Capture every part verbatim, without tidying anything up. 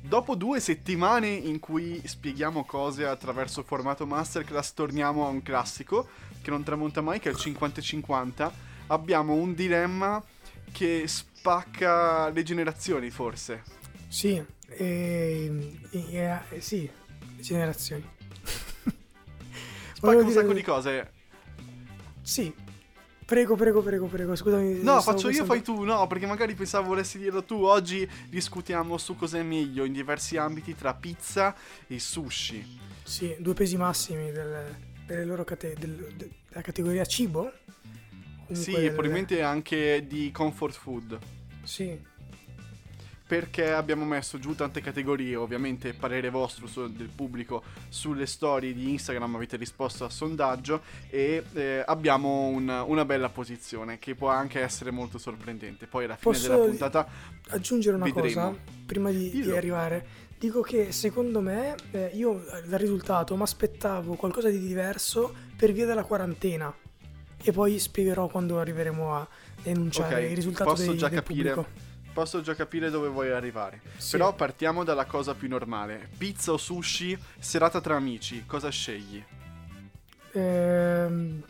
dopo due settimane in cui spieghiamo cose attraverso formato masterclass, torniamo a un classico che non tramonta mai, che è il cinquanta cinquanta. Abbiamo un dilemma che spacca le generazioni, forse. Sì, e, e, e, sì, le generazioni. Spacca un dire... sacco di cose. Sì, prego, prego, prego, prego, scusami. No, faccio io, fai tu, no, perché magari pensavo volessi dirlo tu. Oggi discutiamo su cosa è meglio in diversi ambiti tra pizza e sushi. Sì, due pesi massimi del, delle loro cate- del, della categoria cibo. Comunque sì, del... probabilmente anche di comfort food. Sì. Perché abbiamo messo giù tante categorie, ovviamente parere vostro su, del pubblico sulle storie di Instagram, avete risposto al sondaggio e eh, abbiamo un, una bella posizione che può anche essere molto sorprendente. Poi alla fine Posso della puntata aggiungere una vedremo. cosa prima di, di arrivare. Dico che secondo me eh, io dal risultato mi aspettavo qualcosa di diverso per via della quarantena e poi spiegherò quando arriveremo a enunciare okay, il risultato posso dei, già del capire. pubblico. Posso già capire dove vuoi arrivare. Sì. Però partiamo dalla cosa più normale. Pizza o sushi, serata tra amici, cosa scegli? Ehm...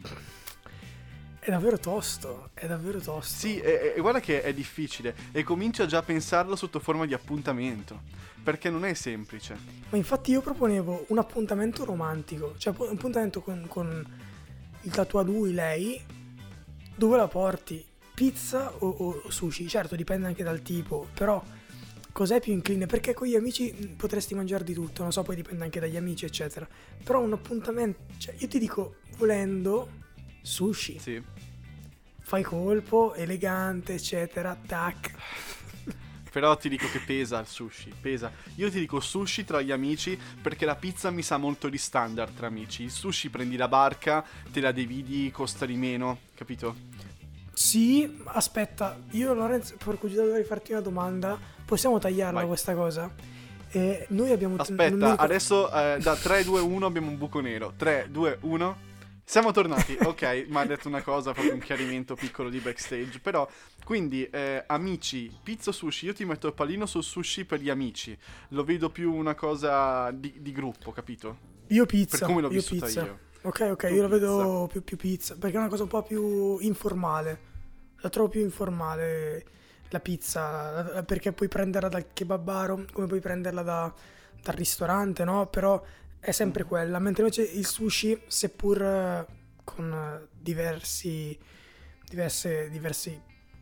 È davvero tosto, è davvero tosto. Sì, e, e guarda che è difficile. E comincia già a pensarlo sotto forma di appuntamento. Perché non è semplice. Ma infatti io proponevo un appuntamento romantico. Cioè un appuntamento con, con il tatuà lui, lei. Dove la porti? Pizza o, o sushi? Certo, dipende anche dal tipo, però cos'è più incline? Perché con gli amici potresti mangiare di tutto, non so, poi dipende anche dagli amici, eccetera. Però un appuntamento, cioè io ti dico, volendo, sushi. Sì. Fai colpo, elegante, eccetera, tac. Però ti dico che pesa il sushi, pesa. Io ti dico sushi tra gli amici perché la pizza mi sa molto di standard tra amici. Il sushi prendi la barca, te la dividi, costa di meno, capito? Sì, aspetta, io Lorenzo, porco giuda, dovrei farti una domanda. Possiamo tagliarla Vai. questa cosa? Eh, noi abbiamo... Aspetta, ricordo... adesso eh, da tre, due, uno abbiamo un buco nero. tre, due, uno. Siamo tornati. Ok, mi ha detto una cosa, proprio un chiarimento piccolo di backstage. Però, quindi, eh, amici, pizza o sushi? Io ti metto il pallino sul sushi per gli amici. Lo vedo più una cosa di, di gruppo, capito? Io pizza. Per come l'ho io vissuta pizza. io. Ok, ok, Tu io la pizza. vedo più, più pizza, perché è una cosa un po' più informale. La trovo più informale la pizza, perché puoi prenderla dal kebabaro, come puoi prenderla da, dal ristorante, no? Però è sempre quella, mentre invece il sushi, seppur con diversi, diverse, diversi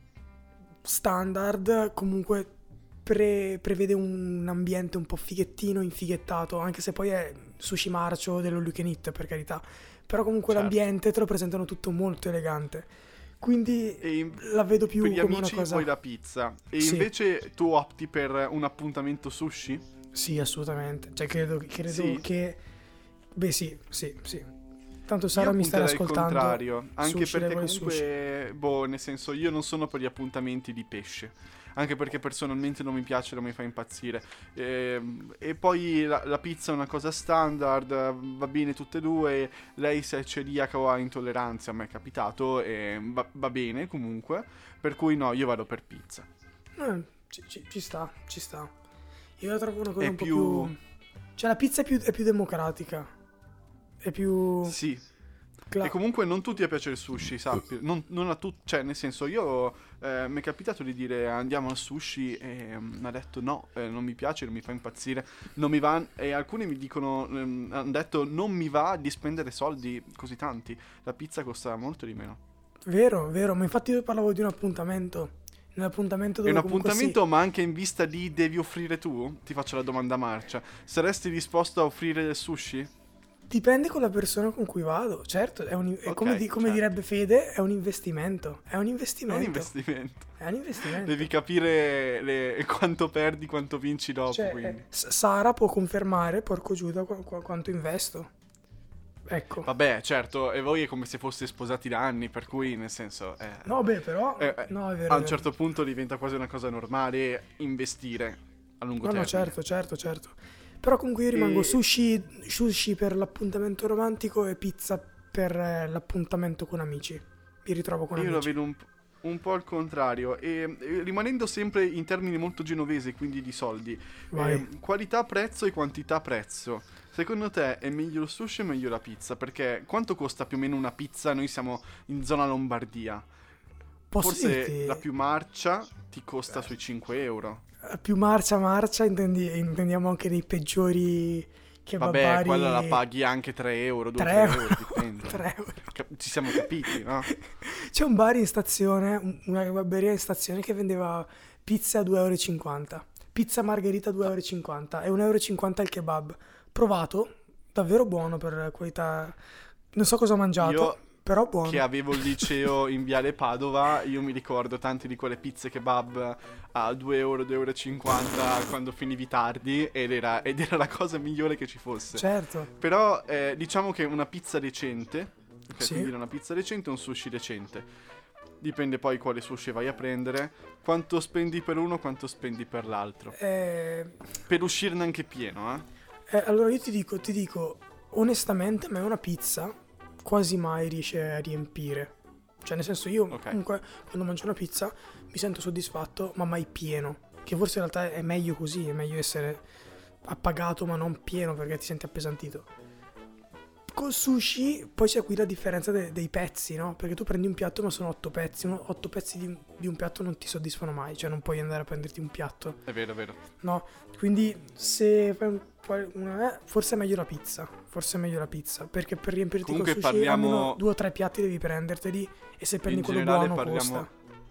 standard, comunque pre- prevede un ambiente un po' fighettino, infighettato, anche se poi è sushi marcio dello you can eat, per carità, però comunque Certo. l'ambiente te lo presentano tutto molto elegante, quindi E la vedo più per gli come amici una cosa... vuoi la pizza. E Sì. invece tu opti per un appuntamento sushi? Sì, assolutamente, cioè credo, credo Sì. che... Beh sì, sì, sì. Tanto Sara Io mi stai punterei il ascoltando. contrario, anche Sushi, perché lei vuole comunque, boh, nel senso, io non sono per gli appuntamenti di pesce, anche perché personalmente non mi piace, non mi fa impazzire. E, e poi la, la pizza è una cosa standard, va bene tutte e due, lei se è celiaca o ha intolleranza, a me è capitato, e va, va bene comunque, per cui no, io vado per pizza. Eh, ci, ci, ci sta, ci sta. Io la trovo una cosa È un po' più... più... Cioè la pizza è più, è più democratica. È più... Sì. Cla- E comunque non tutti a piace il sushi, sappi. Non, non a tutti, cioè nel senso io eh, mi è capitato di dire andiamo al sushi e mi um, ha detto no, eh, non mi piace, non mi fa impazzire, non mi va, e alcuni mi dicono, um, hanno detto non mi va di spendere soldi così tanti, la pizza costa molto di meno. Vero, vero, ma infatti io parlavo di un appuntamento. Un appuntamento È dove un comunque appuntamento sì. ma anche in vista di devi offrire tu? Ti faccio la domanda a marcia. Saresti disposto a offrire del sushi? Dipende con la persona con cui vado, certo, è un, è Ok, come, di- come certo. direbbe Fede, è un investimento, è un È investimento, un investimento. è un investimento. Devi capire le- quanto perdi, quanto vinci dopo, Cioè, quindi. eh, S- Sara può confermare, porco Giuda, qu- qu- quanto investo. Ecco. Vabbè, certo, e voi è come se foste sposati da anni, per cui nel senso... Eh, No, beh, però... eh, eh, no, è vero. a è un vero. certo punto diventa quasi una cosa normale investire a lungo No, no, termine. certo, certo, certo. Però comunque io rimango E- sushi, sushi per l'appuntamento romantico e pizza per eh, l'appuntamento con amici. Mi ritrovo con Io amici. lo vedo un, un po' al contrario. E, e rimanendo sempre in termini molto genovesi, quindi di soldi, eh, qualità-prezzo e quantità-prezzo. Secondo te è meglio il sushi o meglio la pizza? Perché quanto costa più o meno una pizza? Noi siamo in zona Lombardia. Posso Forse dirti... la più marcia ti costa Beh. sui cinque euro. La più marcia marcia intendi, intendiamo anche dei peggiori kebabari. Vabbè, quella la paghi anche tre euro, due tre euro, dipende. tre euro. Ci siamo capiti, no? C'è un bar in stazione, una kebaberia in stazione che vendeva pizza a due euro e cinquanta. Pizza margherita due euro e cinquanta e un euro e cinquanta il kebab. Provato, davvero buono per qualità. Non so cosa ho mangiato. Io... però buono. Che avevo il liceo in Viale Padova, io mi ricordo tanti di quelle pizze kebab a due euro, due euro e cinquanta quando finivi tardi ed era, ed era la cosa migliore che ci fosse. Certo. Però eh, diciamo che una pizza decente, okay, sì. quindi una pizza decente e un sushi decente. Dipende poi quale sushi vai a prendere, quanto spendi per uno, quanto spendi per l'altro. Eh... Per uscirne anche pieno, eh? eh allora io ti dico, ti dico, onestamente a me una pizza quasi mai riesce a riempire. Cioè nel senso io okay. comunque quando mangio una pizza mi sento soddisfatto ma mai pieno. Che forse in realtà è meglio così, è meglio essere appagato ma non pieno perché ti senti appesantito. Col sushi poi c'è qui la differenza de- dei pezzi, no? Perché tu prendi un piatto ma sono otto pezzi. Uno, otto pezzi di, di un piatto non ti soddisfano mai. Cioè non puoi andare a prenderti un piatto. È vero, è vero. No? Quindi se fai una, eh, forse è meglio la pizza. Forse è meglio la pizza. Perché per riempirti Comunque col sushi parliamo... almeno due o tre piatti devi prenderteli. E se prendi in quello generale buono parliamo costa.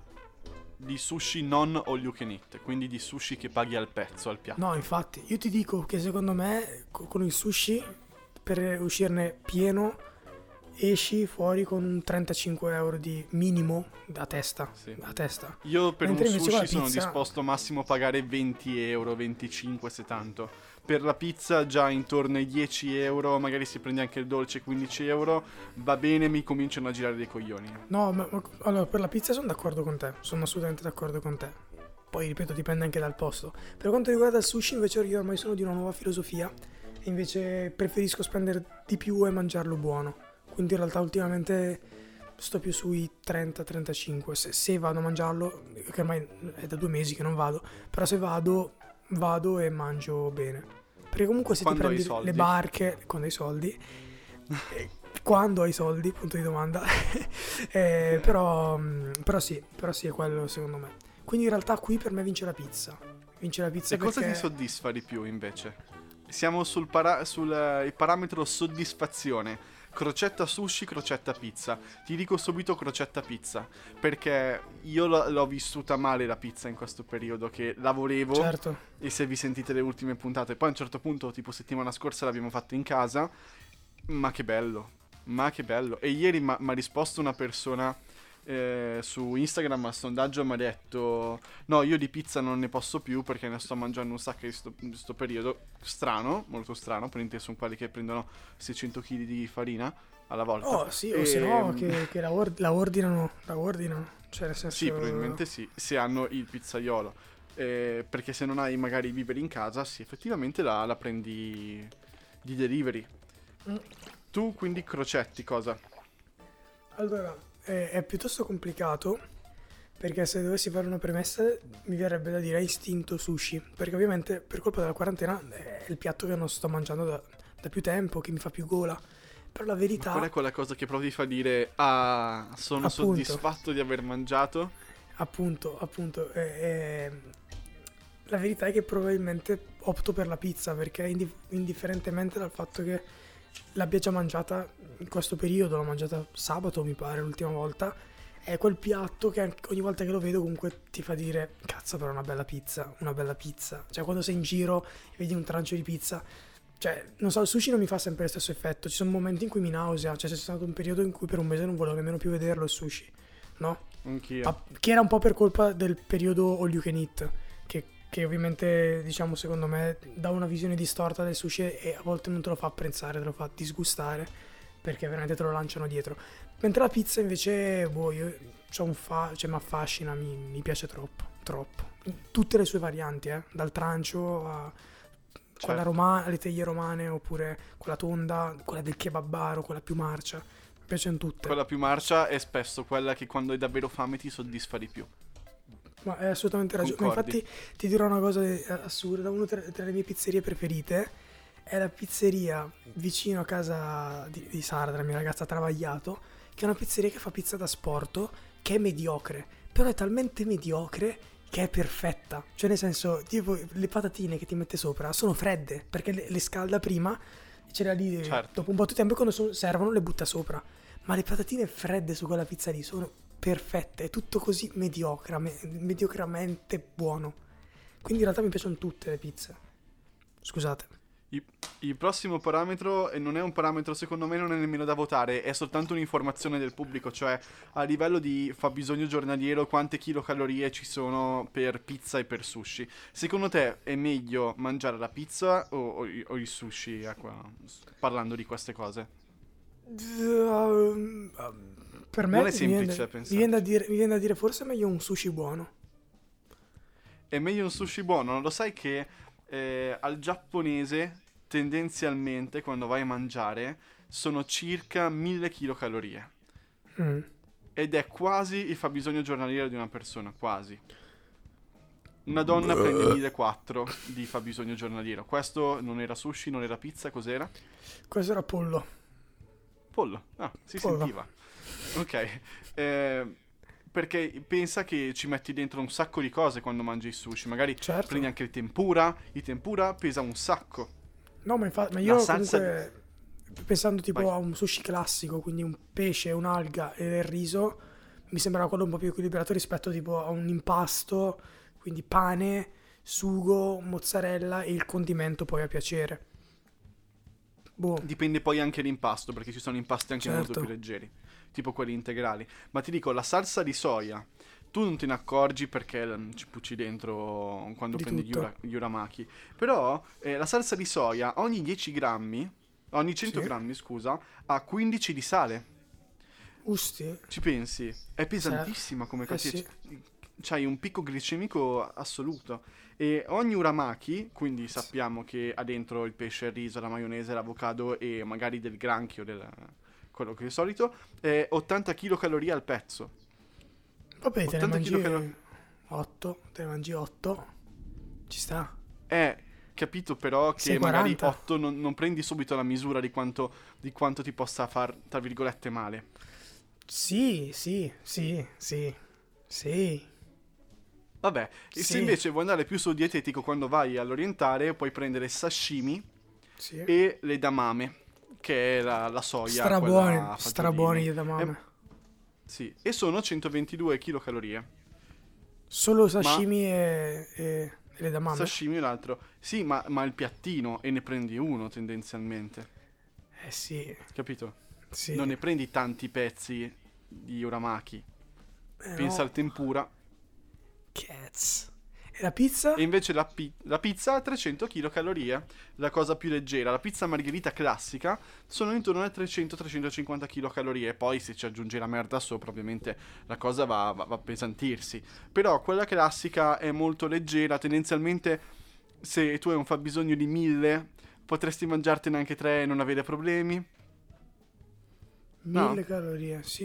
Di sushi non all you can eat. Quindi di sushi che paghi al pezzo, al piatto. No, infatti, io ti dico che secondo me con il sushi per uscirne pieno esci fuori con un trentacinque euro di minimo da testa, sì. a testa. Io per Mentre un sushi sono pizza... disposto massimo a pagare venti euro, venticinque se tanto. Per la pizza già intorno ai dieci euro, magari si prende anche il dolce quindici euro, va bene, mi cominciano a girare dei coglioni. No, ma, ma allora per la pizza sono d'accordo con te, sono assolutamente d'accordo con te. Poi ripeto, dipende anche dal posto. Per quanto riguarda il sushi invece io ormai sono di una nuova filosofia e invece preferisco spendere di più e mangiarlo buono. Quindi in realtà ultimamente sto più sui trenta trentacinque. Se, se vado a mangiarlo, che ormai è da due mesi che non vado, però se vado, vado e mangio bene. Perché comunque se quando ti prendi le barche, quando hai soldi, quando hai soldi, punto di domanda, eh, però, però sì, però sì è quello secondo me. Quindi in realtà qui per me vince la pizza. Vince la pizza e perché... cosa ti soddisfa di più invece? Siamo sul, para- sul uh, il parametro soddisfazione. Crocetta sushi, crocetta pizza. Ti dico subito crocetta pizza, perché io l- l'ho vissuta male la pizza in questo periodo, che lavorevo. Certo. E se vi sentite le ultime puntate, poi a un certo punto, tipo settimana scorsa, l'abbiamo fatta in casa. Ma che bello, ma che bello. E ieri mi ha risposto una persona eh, su Instagram al sondaggio, mi ha detto: no, io di pizza non ne posso più perché ne sto mangiando un sacco in sto, in sto periodo. Strano, molto strano, per intero sono quelli che prendono seicento chili di farina alla volta. Oh sì, e... o se no che, che la, or- la ordinano, la ordinano. Cioè nel senso... Sì, probabilmente sì, se hanno il pizzaiolo. Eh, perché se non hai magari i viveri in casa, sì, effettivamente la, la prendi di delivery. Mm. Tu quindi crocetti cosa? Allora, è, è piuttosto complicato, perché se dovessi fare una premessa mi verrebbe da dire istinto sushi, perché ovviamente per colpa della quarantena è il piatto che non sto mangiando da, da più tempo, che mi fa più gola. Però la verità... Ma qual è quella cosa che proprio ti fa dire: ah, sono appunto, soddisfatto di aver mangiato? Appunto, appunto. Eh, eh, la verità è che probabilmente opto per la pizza, perché indif- indifferentemente dal fatto che l'abbia già mangiata in questo periodo, l'ho mangiata sabato mi pare l'ultima volta, è quel piatto che anche ogni volta che lo vedo comunque ti fa dire: cazzo, però una bella pizza, una bella pizza. Cioè quando sei in giro e vedi un trancio di pizza, cioè non so, il sushi non mi fa sempre lo stesso effetto, ci sono momenti in cui mi nausea, cioè c'è stato un periodo in cui per un mese non volevo nemmeno più vederlo il sushi, no? Anch'io. Ah, che era un po' per colpa del periodo all you can eat, che, che ovviamente diciamo secondo me dà una visione distorta del sushi e a volte non te lo fa apprezzare, te lo fa disgustare, perché veramente te lo lanciano dietro. Mentre la pizza invece, boh, io c'ho un fa, cioè mi affascina, mi, mi piace troppo, troppo. In tutte le sue varianti, eh, dal trancio a certo. quella romana, le teglie romane, oppure quella tonda, quella del kebabaro, quella più marcia. Mi piacciono tutte. Quella più marcia è spesso quella che quando hai davvero fame ti soddisfa di più. Ma hai assolutamente ragione. Ma Concordi? infatti ti dirò una cosa assurda, una tra, tra le mie pizzerie preferite è la pizzeria vicino a casa di, di Sara, della mia ragazza Travagliato, che è una pizzeria che fa pizza da sporto, che è mediocre, però è talmente mediocre che è perfetta. Cioè nel senso, tipo le patatine che ti mette sopra sono fredde, perché le, le scalda prima, ce le ha lì, Certo. dopo un po' di tempo quando so- servono le butta sopra. Ma le patatine fredde su quella pizza lì sono perfette, è tutto così mediocre, me- mediocramente buono. Quindi in realtà mi piacciono tutte le pizze. Scusate. Il, il prossimo parametro, e non è un parametro, secondo me non è nemmeno da votare, è soltanto un'informazione del pubblico, cioè a livello di fabbisogno giornaliero quante chilocalorie ci sono per pizza e per sushi. Secondo te è meglio mangiare la pizza o, o, o il sushi, ecco, parlando di queste cose? Uh, per me Non è mi semplice viene, pensare. mi viene da dire, mi viene da dire forse è meglio un sushi buono. È meglio un sushi buono, non lo sai che eh, al giapponese tendenzialmente quando vai a mangiare sono circa mille chilocalorie Mm. ed è quasi il fabbisogno giornaliero di una persona, quasi. Una donna prende millequattrocento di fabbisogno giornaliero. Questo non era sushi, non era pizza, cos'era? Questo era pollo. Pollo, ah, si Pollo. sentiva. Ok, eh, perché pensa che ci metti dentro un sacco di cose quando mangi il sushi. Magari Certo. prendi anche il tempura. Il tempura pesa un sacco. No, ma infatti, ma La io salsa- comunque pensando tipo Vai. a un sushi classico, quindi un pesce, un'alga e il riso, mi sembrava quello un po' più equilibrato rispetto tipo a un impasto, quindi pane, sugo, mozzarella e il condimento poi a piacere. Boh. Dipende poi anche l'impasto, perché ci sono impasti anche molto Certo. più leggeri, tipo quelli integrali. Ma ti dico, la salsa di soia, tu non te ne accorgi perché mm, ci pucci dentro quando Di prendi gli, tutto. ura- gli uramaki. Però eh, la salsa di soia ogni dieci grammi, ogni cento Sì. grammi, scusa, ha quindici di sale. Usti? Ci pensi? È pesantissima come Eh cosa. sì. C'hai un picco glicemico assoluto. E ogni uramaki, quindi sappiamo che ha dentro il pesce, il riso, la maionese, l'avocado e magari del granchio, del, quello che è solito, è ottanta chilocalorie al pezzo. Vabbè, te ne ottanta mangi chilocalorie. otto, te ne mangi otto. Ci sta. È capito però che sei magari quaranta. otto non, non prendi subito la misura di quanto, di quanto ti possa far, tra virgolette, male. Sì, sì, sì, sì. Sì. Vabbè, e se Sì. invece vuoi andare più sul dietetico, quando vai all'orientale puoi prendere sashimi Sì. e le damame, che è la, la soia. Strabuoni, quella a strabuoni fagiolini. gli edamame. Eh, sì, e sono centoventidue chilocalorie. Solo sashimi e, e, e le edamame. Sashimi e l'altro. Sì, ma, ma il piattino e ne prendi uno tendenzialmente. Eh sì, Capito? sì. Non ne prendi tanti pezzi di uramaki. Eh, Pensa no. al tempura. Cazzo. E la pizza? E invece la, pi- la pizza ha trecento chilocalorie, la cosa più leggera. La pizza margherita classica sono intorno a trecento trecentocinquanta chilocalorie. Poi se ci aggiunge la merda sopra, ovviamente la cosa va, va, va a pesantirsi. Però quella classica è molto leggera. Tendenzialmente, se tu hai un fabbisogno di mille, potresti mangiartene anche tre e non avere problemi. no. Mille calorie, sì.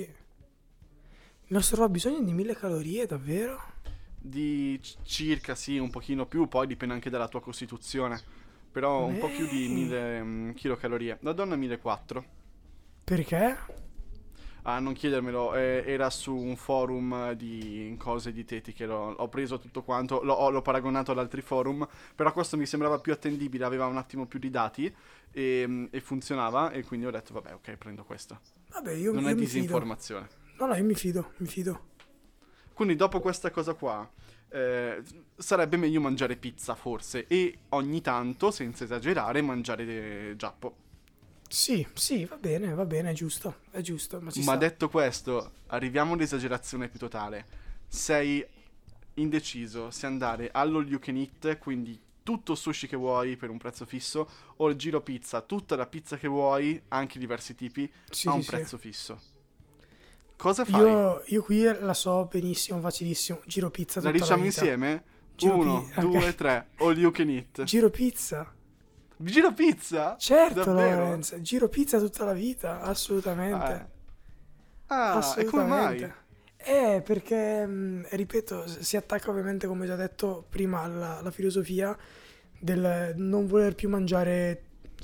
Il nostro ha bisogno di mille calorie, davvero? Di c- circa, sì, un pochino più. Poi dipende anche dalla tua costituzione. Però un po' più di Eh. mille mm, chilocalorie. La donna millequattrocento. Perché? Ah, non chiedermelo, eh, era su un forum eh, di cose dietetiche, l'ho, ho preso tutto quanto, l'ho, ho- l'ho paragonato ad altri forum, però questo mi sembrava più attendibile, aveva un attimo più di dati e, e funzionava, e quindi ho detto vabbè, ok, prendo questo. Vabbè, io, Non io è mi fido. disinformazione. No, no, io mi fido, mi fido. Quindi dopo questa cosa qua, eh, sarebbe meglio mangiare pizza forse, e ogni tanto, senza esagerare, mangiare eh, giappo. Sì, sì, va bene, va bene, è giusto, è giusto, ma ci Ma sta. detto questo, arriviamo all'esagerazione più totale. Sei indeciso se andare all'all you can eat, quindi tutto il sushi che vuoi per un prezzo fisso, o il giro pizza, tutta la pizza che vuoi, anche diversi tipi, Sì, a sì, un sì. prezzo fisso. Cosa fai? Io, io qui la so benissimo, facilissimo. Giro pizza tutta La diciamo vita. insieme? Giro Uno, pi- ok. due, tre, all you can eat. Giro pizza? Giro pizza? Certo, Davvero? Lorenz. Giro pizza tutta la vita, assolutamente. Eh, Ah, e come mai? Assolutamente. Eh, perché, mh, ripeto, s- si attacca ovviamente, come già detto prima, alla, alla filosofia del non voler più mangiare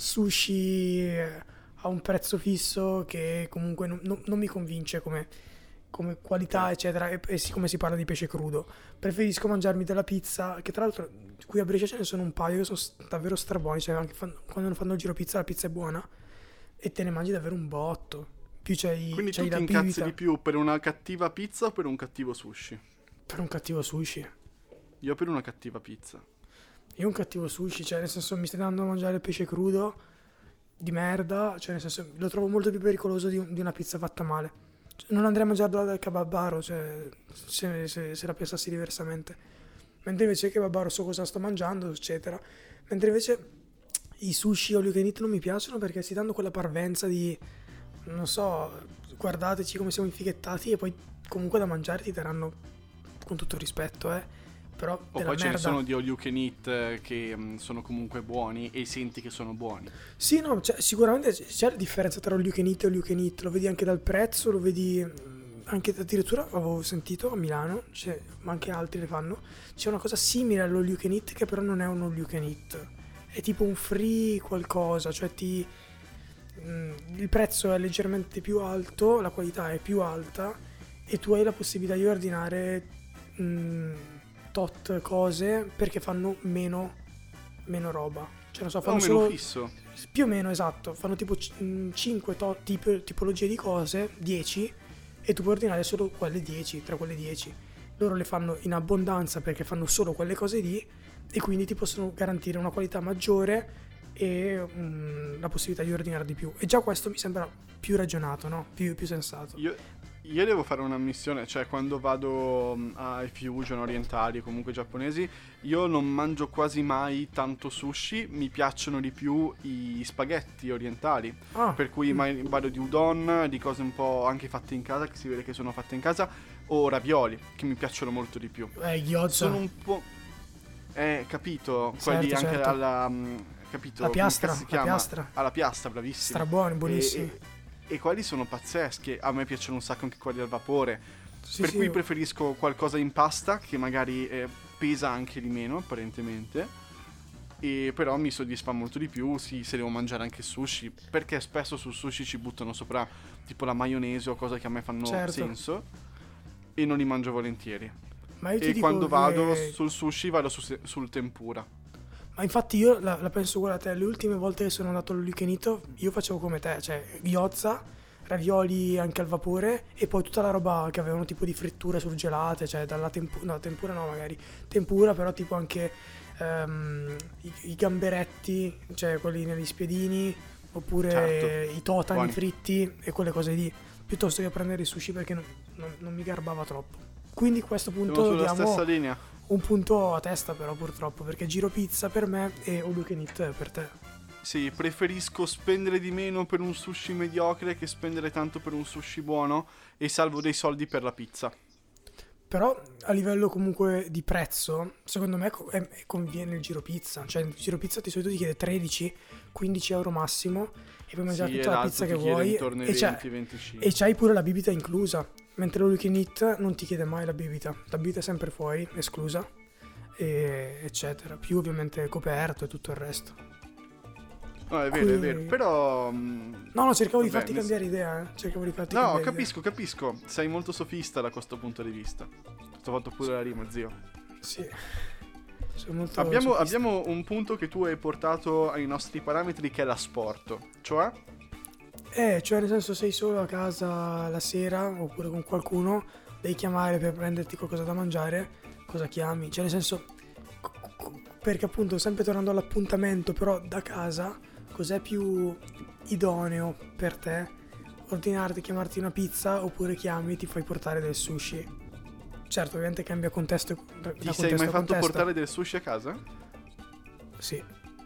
sushi eh, a un prezzo fisso che comunque non, non- non mi convince come, come qualità, Ok. eccetera, e, e siccome si parla di pesce crudo. Preferisco mangiarmi della pizza, che tra l'altro qui a Brescia ce ne sono un paio che sono s- davvero strabuoni, cioè anche fan- quando fanno il giro pizza la pizza è buona e te ne mangi davvero un botto. Più c'hai, Quindi tu c'hai ti la incazzi di bibita più per una cattiva pizza o per un cattivo sushi? per un cattivo sushi. Io per una cattiva pizza. Io un cattivo sushi, cioè nel senso mi stai dando a mangiare pesce crudo di merda, cioè nel senso lo trovo molto più pericoloso di, un- di una pizza fatta male. Cioè, non andrei a mangiarla dal kebabaro, cioè se, se- se la pensassi diversamente. Mentre invece il kebabaro so cosa sto mangiando, eccetera. Mentre invece i sushi all you can eat non mi piacciono perché si danno quella parvenza di, non so, guardateci come siamo infighettati e poi comunque da mangiare ti daranno, con tutto il rispetto, eh, però O della poi ce ne merda. sono di all you can eat eh, che mm, sono comunque buoni e senti che sono buoni. Sì, no, cioè, sicuramente c- c'è la differenza tra all you can eat e all you can eat, lo vedi anche dal prezzo, lo vedi mm, anche addirittura avevo sentito a Milano, cioè, ma anche altri le fanno, c'è una cosa simile all'all you can eat che però non è un all you can eat, è tipo un free qualcosa, cioè ti mm, il prezzo è leggermente più alto, la qualità è più alta e tu hai la possibilità di ordinare mm, tot cose perché fanno meno, meno roba. Cioè, non so, È un fanno meno solo fisso. più o meno esatto, fanno tipo cinque tipologie di cose, dieci, e tu puoi ordinare solo quelle dieci, tra quelle dieci. Loro le fanno in abbondanza perché fanno solo quelle cose lì e quindi ti possono garantire una qualità maggiore e mm, la possibilità di ordinare di più. E già questo mi sembra più ragionato, no? Più, più sensato. Io, io devo fare una missione, cioè quando vado mm, ai fusion orientali o comunque giapponesi, io non mangio quasi mai tanto sushi, mi piacciono di più i spaghetti orientali, Ah, per cui mm, mai- vado di udon, di cose un po' anche fatte in casa, che si vede che sono fatte in casa, o ravioli, che mi piacciono molto di più. eh, gyoza, Sono un po'... Eh, capito, quelli certo, anche certo. alla... mm, capito, La come piastra, cazzo si la chiama? piastra. Alla piastra, bravissimo. Strabuoni, E, buonissimi. e, e quelli sono pazzeschi, a me piacciono un sacco anche quelli al vapore, Sì, per sì. cui preferisco qualcosa in pasta che magari eh, pesa anche di meno apparentemente, e però mi soddisfa molto di più, sì, se devo mangiare anche sushi, perché spesso sul sushi ci buttano sopra tipo la maionese o cose che a me fanno Certo. senso e non li mangio volentieri. Ma io ti E dico quando vado che- sul sushi vado su- sul tempura. Ma infatti io la, la penso uguale a te, le ultime volte che sono andato all'Ulicanito io facevo come te, cioè gyoza, ravioli anche al vapore e poi tutta la roba che avevano tipo di fritture surgelate, cioè dalla tempura, no tempura no magari, tempura però tipo anche ehm, i, i gamberetti, cioè quelli negli spiedini, oppure Certo, i totani buoni. fritti e quelle cose lì, piuttosto che prendere il sushi perché non, non- non mi garbava troppo. Quindi a questo Siamo punto sulla diamo stessa linea. un punto a testa però purtroppo perché giro pizza per me e all you can eat per te. Sì, preferisco spendere di meno per un sushi mediocre che spendere tanto per un sushi buono e salvo dei soldi per la pizza. Però a livello comunque di prezzo, secondo me co- è- è- conviene il giro pizza. Cioè il giro pizza di solito ti chiede tredici quindici euro massimo e puoi mangiare Sì, e tutta la l'altro pizza che ti chiede vuoi intorno ai e c'hai, venti venticinque. e c'hai pure la bibita inclusa. Mentre all you can eat non ti chiede mai la bibita. La bibita è sempre fuori, esclusa, e eccetera. Più ovviamente coperto e tutto il resto. No, è vero, è vero. Qui- Però... mm, No, no, cercavo di vabbè, farti nel- cambiare idea, eh. Cercavo di farti No, cambiare capisco, capisco. Sei molto sofista da questo punto di vista. Sto fatto pure la rima, zio. idea. Sì. Sono molto Abbiamo, sofista. abbiamo un punto che tu hai portato ai nostri parametri che è l'asporto. Cioè? Eh, cioè nel senso sei solo a casa la sera oppure con qualcuno, devi chiamare per prenderti qualcosa da mangiare, cosa chiami? Cioè nel senso, co- co- perché appunto sempre tornando all'appuntamento però da casa, cos'è più idoneo per te? Ordinarti, chiamarti una pizza oppure chiami e ti fai portare del sushi? Certo, ovviamente cambia contesto da Ti da sei contesto mai a fatto contesto. portare del sushi a casa? Sì.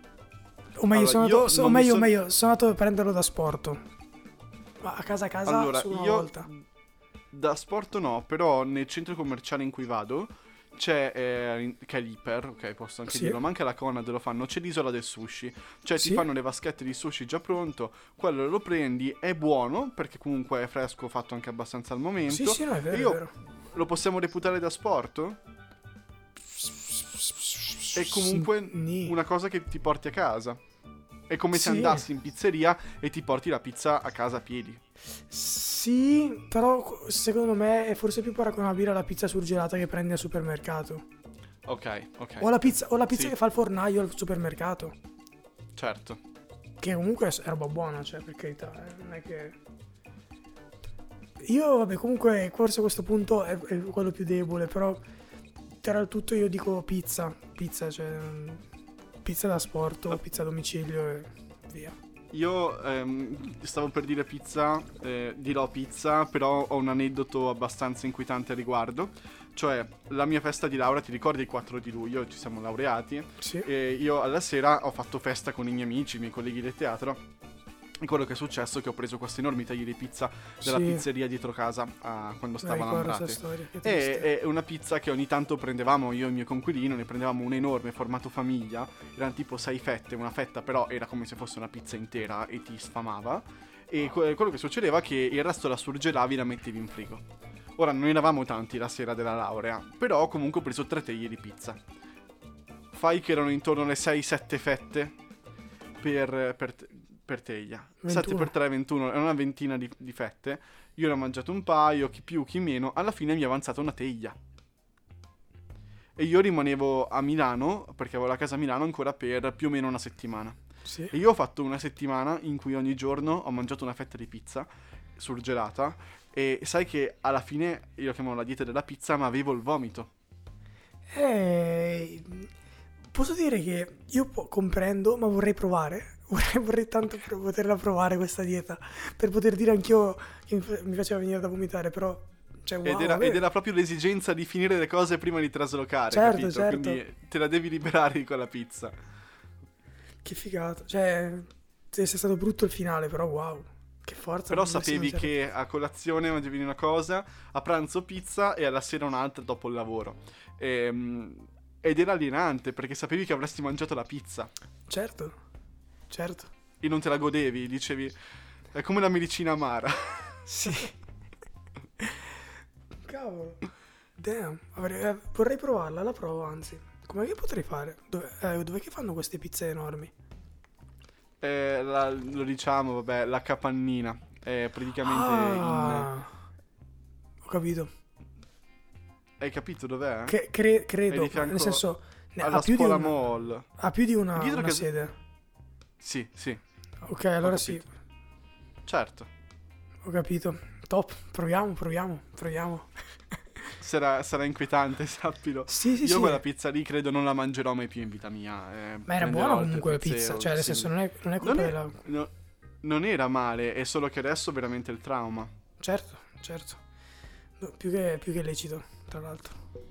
O meglio, Allora, sono io andato, so- o non mi meglio, son- meglio, sono andato a prenderlo da sporto. Ma a casa a casa Allora, solo una io volta. da sport no, però nel centro commerciale in cui vado c'è eh, in- che è l'Iper, ok, posso anche Sì. dirlo, ma anche la Conad lo fanno, c'è l'isola del sushi, cioè Sì. ti fanno le vaschette di sushi già pronto, quello lo prendi, è buono perché comunque è fresco, fatto anche abbastanza al momento. Sì, sì, no, è vero, E io- è vero. Lo possiamo reputare da sport? È comunque Ni. una cosa che ti porti a casa. È come se Sì. andassi in pizzeria e ti porti la pizza a casa a piedi. Sì, però secondo me è forse più paragonabile alla pizza surgelata che prendi al supermercato. Ok, ok. O la pizza, o la pizza Sì. che fa il fornaio al supermercato. Certo. Che comunque è roba buona, cioè, per carità, eh, non è che... Io, vabbè, comunque, forse a questo punto è, è quello più debole, però tra il tutto io dico pizza, pizza, cioè, mm, pizza da sport o pizza a domicilio e via. Io ehm, stavo per dire pizza, eh, dirò pizza, però ho un aneddoto abbastanza inquietante al riguardo. Cioè, la mia festa di laurea, ti ricordi il quattro di luglio, ci siamo laureati, Sì. e io alla sera ho fatto festa con i miei amici, i miei colleghi del teatro. E quello che è successo è che ho preso questi enormi tagli di pizza della Sì. pizzeria dietro casa ah, quando Mi stavano a ricordo Lambrate. questa storia, che triste. E è una pizza che ogni tanto prendevamo io e il mio conquilino, ne prendevamo un enorme formato famiglia, erano tipo sei fette, una fetta però era come se fosse una pizza intera e ti sfamava. E que- quello che succedeva è che il resto la surgelavi e la mettevi in frigo. Ora non eravamo tanti la sera della laurea, però comunque ho preso tre teglie di pizza. Fai che erano intorno alle sei sette fette per, per, per teglia. sette per tre, ventuno, è una ventina di, di fette. Io ne ho mangiato un paio, chi più, chi meno. Alla fine mi è avanzata una teglia. E io rimanevo a Milano, perché avevo la casa a Milano ancora per più o meno una settimana. Sì. E io ho fatto una settimana in cui ogni giorno ho mangiato una fetta di pizza surgelata. E sai che alla fine, io lo chiamavo la dieta della pizza, ma avevo il vomito. Eh, posso dire che io po- comprendo, ma vorrei provare. Vorrei, vorrei tanto per poterla provare questa dieta, per poter dire anch'io che mi, fa- mi faceva venire da vomitare, però... Cioè, wow, ed, era, vabbè. ed era proprio l'esigenza di finire le cose prima di traslocare, Certo, capito? certo. Quindi te la devi liberare di quella pizza. Che figata. Cioè, se sia stato brutto il finale, però wow. Che forza. Però non dovessi sapevi mangiare- che a colazione mangiavi una cosa, a pranzo pizza e alla sera un'altra dopo il lavoro. Ehm, ed era alienante perché sapevi che avresti mangiato la pizza Certo, certo. e non te la godevi, dicevi è come la medicina amara. Sì. Cavolo. Damn. Avrei- eh, vorrei provarla, la provo anzi. Com'è che potrei fare? Dove, eh, dov'è che fanno queste pizze enormi? Eh, la- lo diciamo, vabbè, la capannina è praticamente in... Ah, ho capito. Hai capito dov'è? Che, cre- È credo, di fianco nel senso, ne- alla ha più di scuola una, mall. ha più di una, Dietro una che- sede. Sì, sì, Ok, allora Ho sì, capito. certo. ho capito. Top, proviamo, proviamo, proviamo. Sarà, sarà inquietante, sappilo. Sì, sì, Io sì. quella pizza lì credo non la mangerò mai più in vita mia. eh, Ma era prenderò buona altre comunque la pizze pizza, o cioè nel simili. senso non è, non è colpa Non, è- della... no- non era male, è solo che adesso veramente il trauma. Certo, certo. No, più che, più che lecito, tra l'altro.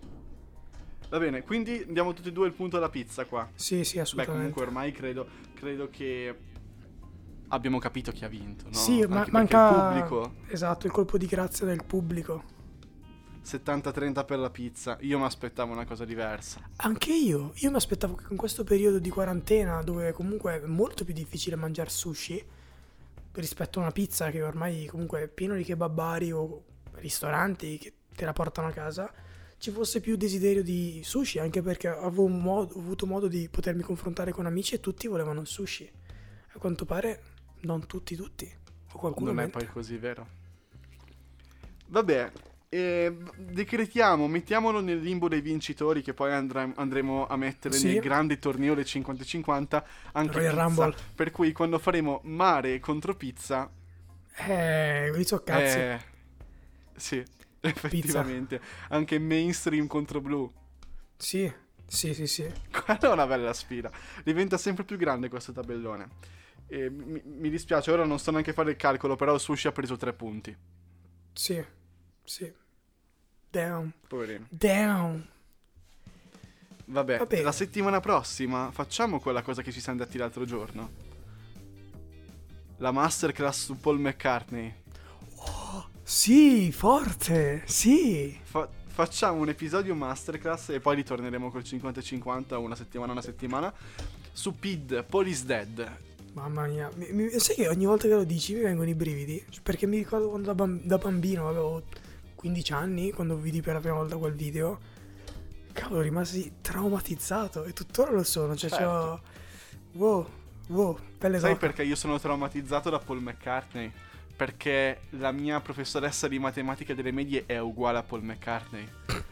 Va bene, quindi diamo tutti e due il punto alla pizza qua. Sì, sì, Beh, assolutamente. comunque ormai credo, credo che abbiamo capito chi ha vinto, no? Sì, ma Anche manca... perché il pubblico Esatto, il colpo di grazia del pubblico. settanta trenta per la pizza. Io mi aspettavo una cosa diversa. Anche io, io mi aspettavo che in questo periodo di quarantena, dove comunque è molto più difficile mangiare sushi rispetto a una pizza che ormai comunque è pieno di kebabari o ristoranti che te la portano a casa, ci fosse più desiderio di sushi, anche perché avevo, un modo- ho avuto modo di potermi confrontare con amici e tutti volevano il sushi. A quanto pare non tutti tutti, o qualcuno Non è mente. poi così vero. Vabbè, eh, decretiamo, mettiamolo nel limbo dei vincitori che poi andremo, andremo a mettere Sì. nel grande torneo del cinquanta cinquanta anche Royal pizza. Rumble. Per cui quando faremo mare contro pizza, Eh, li so cazzi. eh, sì, effettivamente, anche mainstream contro blu. Sì, sì, sì, sì. Quella è una bella sfida. Diventa sempre più grande questo tabellone. E mi, mi dispiace, ora non sto neanche a fare il calcolo, però il sushi ha preso tre punti. Sì, sì. Down, Poverino. down. Vabbè, Vabbè. la settimana prossima facciamo quella cosa che ci siamo detti l'altro giorno. La masterclass su Paul McCartney. Sì, forte, sì. Fa- facciamo un episodio masterclass e poi ritorneremo col cinquanta cinquanta una settimana una settimana su P I D, Police Dead. Mamma mia, mi, mi, sai che ogni volta che lo dici mi vengono i brividi? Perché mi ricordo quando da, bam, da bambino avevo quindici anni, quando vidi per la prima volta quel video, cavolo, rimasi traumatizzato e tuttora lo sono, cioè certo. c'ho... wow, wow, pelle Sai d'oca. perché io sono traumatizzato da Paul McCartney? Perché la mia professoressa di matematica delle medie è uguale a Paul McCartney.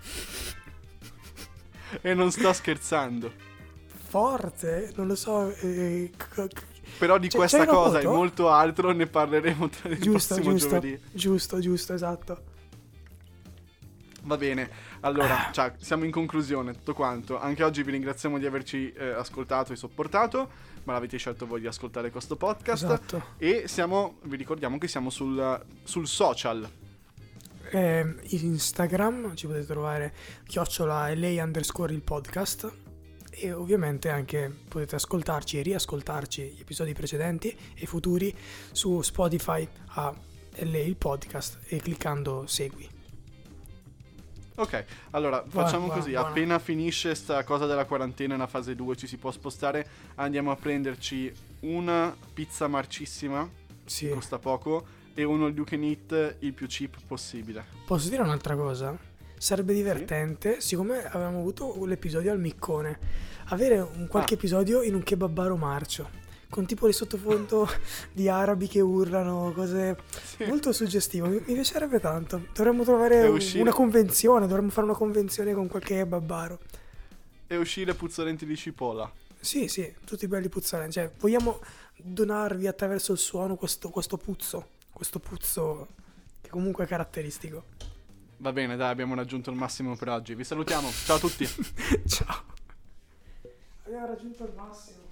E non sto scherzando. Forte, non lo so, eh, c- c- Però di C'è- questa c'è una cosa e foto? molto altro ne parleremo tra il giusto, prossimo giusto, giovedì. giusto, giusto, esatto. Va bene, allora, ciao, siamo in conclusione, tutto quanto. Anche oggi vi ringraziamo di averci eh, ascoltato e sopportato, ma l'avete scelto voi di ascoltare questo podcast. Esatto. E siamo, vi ricordiamo che siamo sul, sul social. Eh, Instagram ci potete trovare chiocciola lei underscore il podcast, e ovviamente anche potete ascoltarci e riascoltarci gli episodi precedenti e futuri su Spotify a lei il podcast e cliccando segui. Ok, allora Buona, facciamo buona, così, buona. appena finisce sta cosa della quarantena, la fase due, ci si può spostare, andiamo a prenderci una pizza marcissima, Sì. costa poco, e uno you can eat il più cheap possibile. Posso dire un'altra cosa? Sarebbe divertente, siccome avevamo avuto l'episodio al Miccone, avere un qualche Ah. episodio in un kebabaro marcio, con tipo di sottofondo di arabi che urlano, cose Sì. molto suggestivo. Mi, mi piacerebbe tanto. Dovremmo trovare E un- uscire- una convenzione, dovremmo fare una convenzione con qualche kebabaro. E uscire puzzolenti di cipolla. Sì, sì, tutti belli puzzolenti. Cioè, vogliamo donarvi attraverso il suono questo, questo puzzo, questo puzzo che comunque è caratteristico. Va bene, dai, abbiamo raggiunto il massimo per oggi. Vi salutiamo. Ciao a tutti. Ciao. Abbiamo raggiunto il massimo.